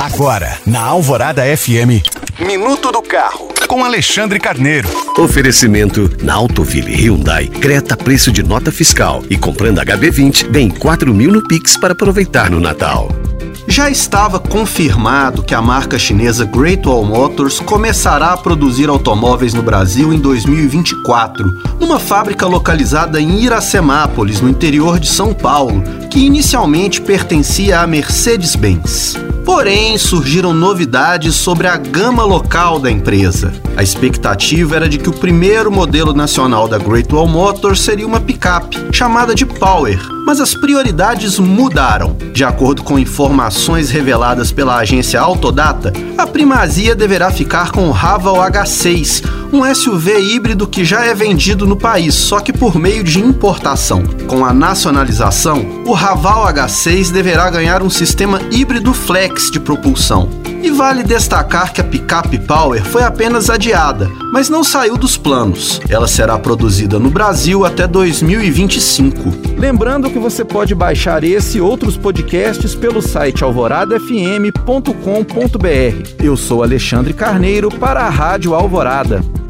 Agora, na Alvorada FM, Minuto do Carro, com Alexandre Carneiro. Oferecimento na Autoville Hyundai, Creta preço de nota fiscal e comprando HB20, ganhe 4.000 no Pix para aproveitar no Natal. Já estava confirmado que a marca chinesa Great Wall Motors começará a produzir automóveis no Brasil em 2024, numa fábrica localizada em Iracemápolis, no interior de São Paulo, que inicialmente pertencia à Mercedes-Benz. Porém, surgiram novidades sobre a gama local da empresa. A expectativa era de que o primeiro modelo nacional da Great Wall Motors seria uma picape, chamada de Power, mas as prioridades mudaram. De acordo com informações reveladas pela agência Autodata, a primazia deverá ficar com o Raval H6, um SUV híbrido que já é vendido no país, só que por meio de importação. Com a nacionalização, o Raval H6 deverá ganhar um sistema híbrido flex de propulsão. E vale destacar que a picape Power foi apenas adiada, mas não saiu dos planos. Ela será produzida no Brasil até 2025. Lembrando que você pode baixar esse e outros podcasts pelo site alvoradafm.com.br. Eu sou Alexandre Carneiro para a Rádio Alvorada.